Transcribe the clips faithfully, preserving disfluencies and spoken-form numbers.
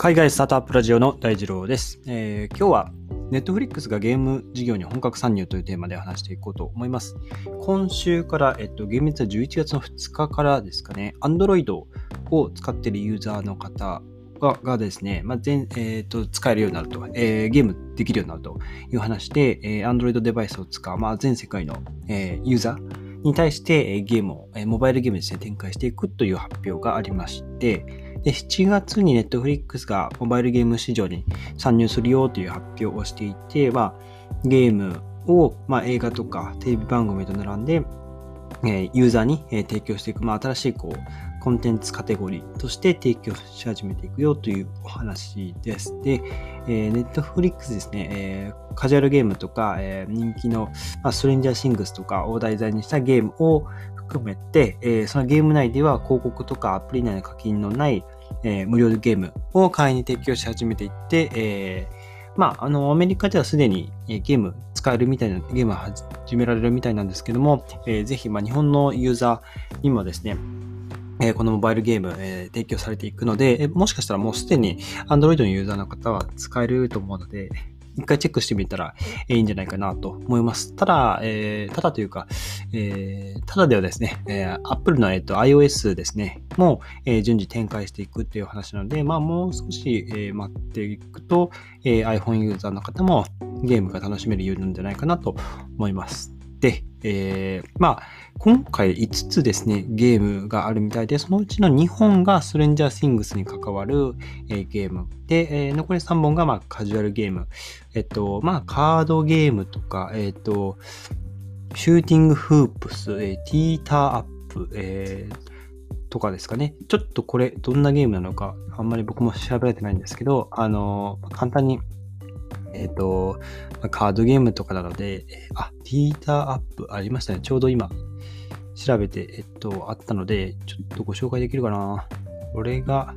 海外スタートアップラジオの大二郎です。えー、今日は Netflix がゲーム事業に本格参入というテーマで話していこうと思います。今週から、えっと、厳密はじゅういちがつのふつかからですかね、Android を使っているユーザーの方ががですね、まあ全えー、と使えるようになると、えー、ゲームできるようになるという話で、えー、Android デバイスを使う、まあ、全世界の、えー、ユーザーに対してゲームを、モバイルゲームですね、展開していくという発表がありまして、でしちがつに Netflix がモバイルゲーム市場に参入するよという発表をしていて、まあ、ゲームを、まあ、映画とかテレビ番組と並んで、えー、ユーザーに、えー、提供していく、まあ、新しいこうコンテンツカテゴリーとして提供し始めていくよというお話です。で、えー、Netflix ですね、えー、カジュアルゲームとか、えー、人気の、まあ、ストレンジャーシングスとかを題材にしたゲームを含めて、えー、そのゲーム内では広告とかアプリ内の課金のない、えー、無料でゲームを会員に提供し始めていって、えーまあ、あの、アメリカではすでにゲーム使えるみたいな、ゲーム始められるみたいなんですけども、えー、ぜひ、まあ、日本のユーザーにもですね、えー、このモバイルゲーム、えー、提供されていくので、えー、もしかしたらもうすでに Android のユーザーの方は使えると思うので、一回チェックしてみたらいいんじゃないかなと思います。ただ、えー、ただというか、えー、ただではですね、えー、Apple の、えーと、iOS ですね、も、えー、順次展開していくっていう話なので、まあもう少し、えー、待っていくと、えー、iPhone ユーザーの方もゲームが楽しめるようになるんじゃないかなと思います。で、えー、まあ、今回いつつですね、ゲームがあるみたいで、そのうちのにほんがストレンジャーシングスに関わる、えー、ゲーム。で、えー、残りさんぼんが、まあ、カジュアルゲーム。えっと、まあ、カードゲームとか、えっと、シューティングフープス、えー、ティーターアップ、えー、とかですかね。ちょっとこれ、どんなゲームなのか、あんまり僕も調べられてないんですけど、あのー、簡単に、えっと、カードゲームとかなので、あ、ティーターアップありましたね。ちょうど今、調べて、えっと、あったので、ちょっとご紹介できるかな。これが、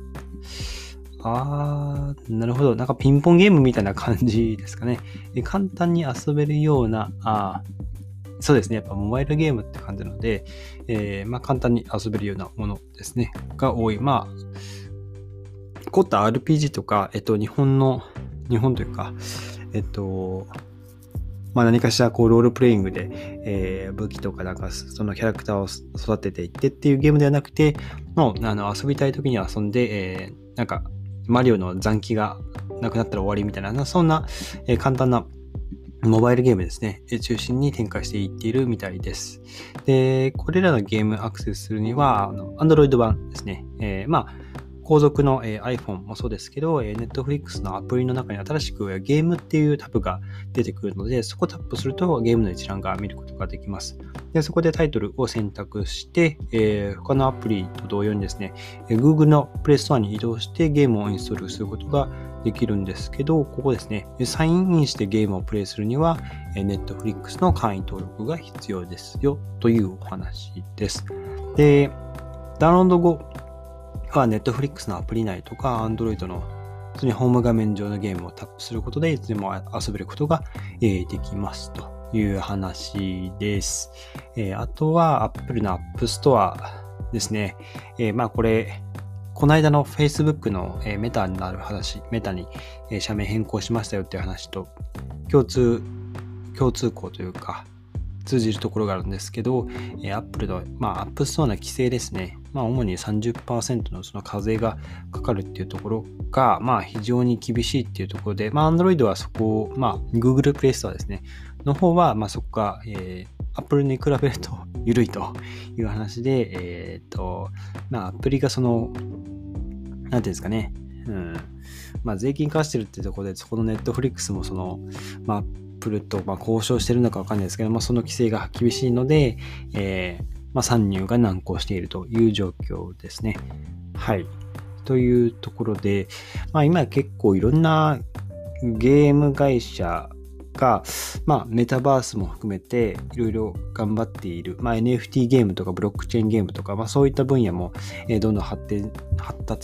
あー、なるほど。なんかピンポンゲームみたいな感じですかね。簡単に遊べるような、あそうですね。やっぱモバイルゲームって感じなので、えー、まあ簡単に遊べるようなものですね。が多い。まあ、凝った アールピージー とか、えっと、日本の、日本というか、えっと、まあ何かしらこうロールプレイングで、えー、武器とかなんかそのキャラクターを育てていってっていうゲームではなくて、もうあの遊びたい時に遊んで、えー、なんかマリオの残機がなくなったら終わりみたいな、そんな、えー、簡単なモバイルゲームですね、中心に展開していっているみたいです。で、これらのゲームアクセスするには、あの Android 版ですね。えー、まあ後続の、えー、iPhone もそうですけど、えー、Netflix のアプリの中に新しくゲームっていうタブが出てくるので、そこをタップするとゲームの一覧が見ることができます。で、そこでタイトルを選択して、えー、他のアプリと同様にですね、えー、Google の Play Store に移動してゲームをインストールすることができるんですけど、ここですね、サインインしてゲームをプレイするには、えー、Netflix の会員登録が必要ですよというお話です。で、ダウンロード後、Netflix のアプリ内とか Android の普通にホーム画面上のゲームをタップすることでいつでも遊べることができますという話です。あとは Apple の App Store ですね。まあこれ、この間の Facebook のメタになる話、メタに社名変更しましたよっていう話と共通、共通項というか、通じるところがあるんですけど、えー、Apple の、まあ、App Store の規制ですね。まあ、主に さんじゅっパーセント のその課税がかかるっていうところが、まあ、非常に厳しいっていうところで、まあ、Android はそこを、まあ、Google Play Store ですね。の方は、まあ、そこが、えー、Apple に比べると緩いという話で、えっと、まあ、アプリがその、なんていうんですかね。うん。まあ、税金化してるっていうところで、そこの Netflix もその、まあ、とまあ交渉しているのか分かんないですけども、その規制が厳しいので、えーまあ、参入が難航しているという状況ですね。はい。というところで、まあ、今結構いろんなゲーム会社が、まあ、メタバースも含めていろいろ頑張っている、まあ、エヌエフティー ゲームとかブロックチェーンゲームとか、まあ、そういった分野もどんどん発展、発達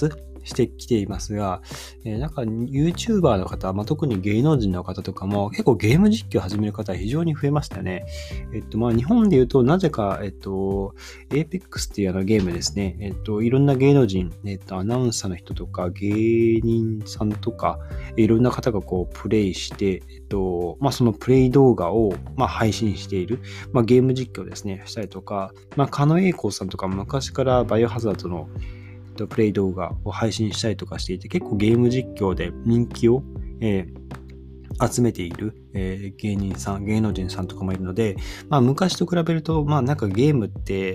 してきていますが、えー、なんか YouTuber の方、まあ、特に芸能人の方とかも結構ゲーム実況を始める方非常に増えましたね。えっと、まあ、日本で言うと、なぜか、えっと、Apex っていうあのゲームですね。えっと、いろんな芸能人、えっと、アナウンサーの人とか、芸人さんとか、いろんな方がこう、プレイして、えっと、まあ、そのプレイ動画を、まあ、配信している、まあ、ゲーム実況ですね、したりとか、まあ、狩野英孝さんとか昔からバイオハザードのプレイ動画を配信したりとかしていて、結構ゲーム実況で人気を、えー、集めている、えー、芸人さん、芸能人さんとかもいるので、まあ昔と比べると、まあなんかゲームって、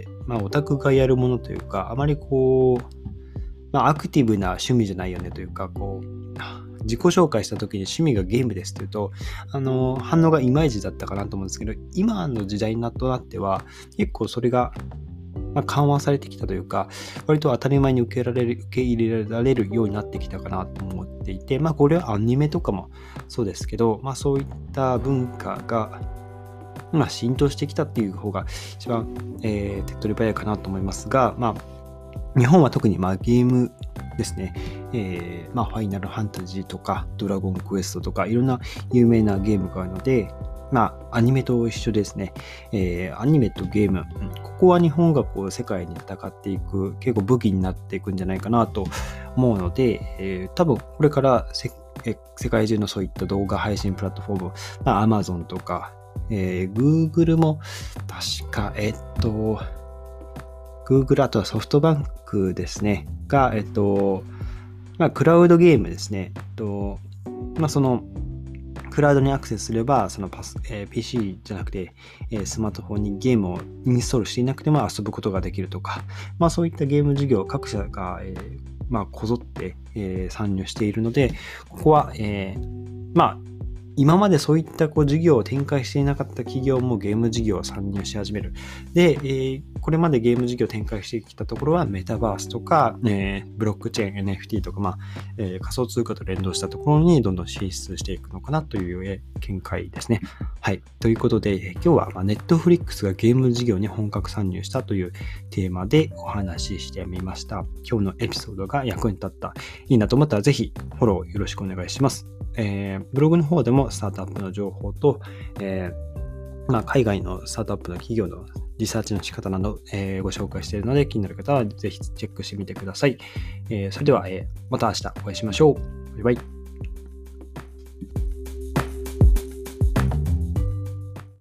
まあオタクがやるものというか、あまりこう、まあアクティブな趣味じゃないよねというか、こう、自己紹介した時に趣味がゲームですっていうと、あの、反応がいまいちだったかなと思うんですけど、今の時代になとなっては、結構それが、まあ、緩和されてきたというか、割と当たり前に受けられる、受け入れられるようになってきたかなと思っていて、まあこれはアニメとかもそうですけど、まあそういった文化が、まあ、浸透してきたっていう方が一番、えー、手っ取り早いかなと思いますが、まあ日本は特にまあゲームですね、えー、まあファイナルファンタジーとかドラゴンクエストとかいろんな有名なゲームがあるので、まあ、アニメと一緒ですね。えー、アニメとゲーム、うん、ここは日本がこう世界に戦っていく、結構武器になっていくんじゃないかなと思うので、えー、多分これからせ、えー、世界中のそういった動画配信プラットフォーム、まあ、Amazon とか、えー、Google も確か、えっと、Google、あとはソフトバンクですね、が、えっと、まあ、クラウドゲームですね。えっと、まあ、その、クラウドにアクセスすれば、そのパス、えー、ピーシー じゃなくて、えー、スマートフォンにゲームをインストールしていなくても遊ぶことができるとか、まあそういったゲーム事業、各社が、えー、まあこぞって、えー、参入しているので、ここは、えー、まあ、今までそういったこう事業を展開していなかった企業もゲーム事業を参入し始める。で、えー、これまでゲーム事業を展開してきたところはメタバースとか、えー、ブロックチェーン、エヌエフティー とか、まあえー、仮想通貨と連動したところにどんどん進出していくのかなという、えー、見解ですね。はい。ということで、えー、今日は、まあ、Netflix がゲーム事業に本格参入したというテーマでお話ししてみました。今日のエピソードが役に立った、いいなと思ったらぜひフォローよろしくお願いします。えー、ブログの方でもスタートアップの情報と、えーまあ、海外のスタートアップの企業のリサーチの仕方など、えー、ご紹介しているので気になる方はぜひチェックしてみてください。えー、それでは、えー、また明日お会いしましょう。バイバイ。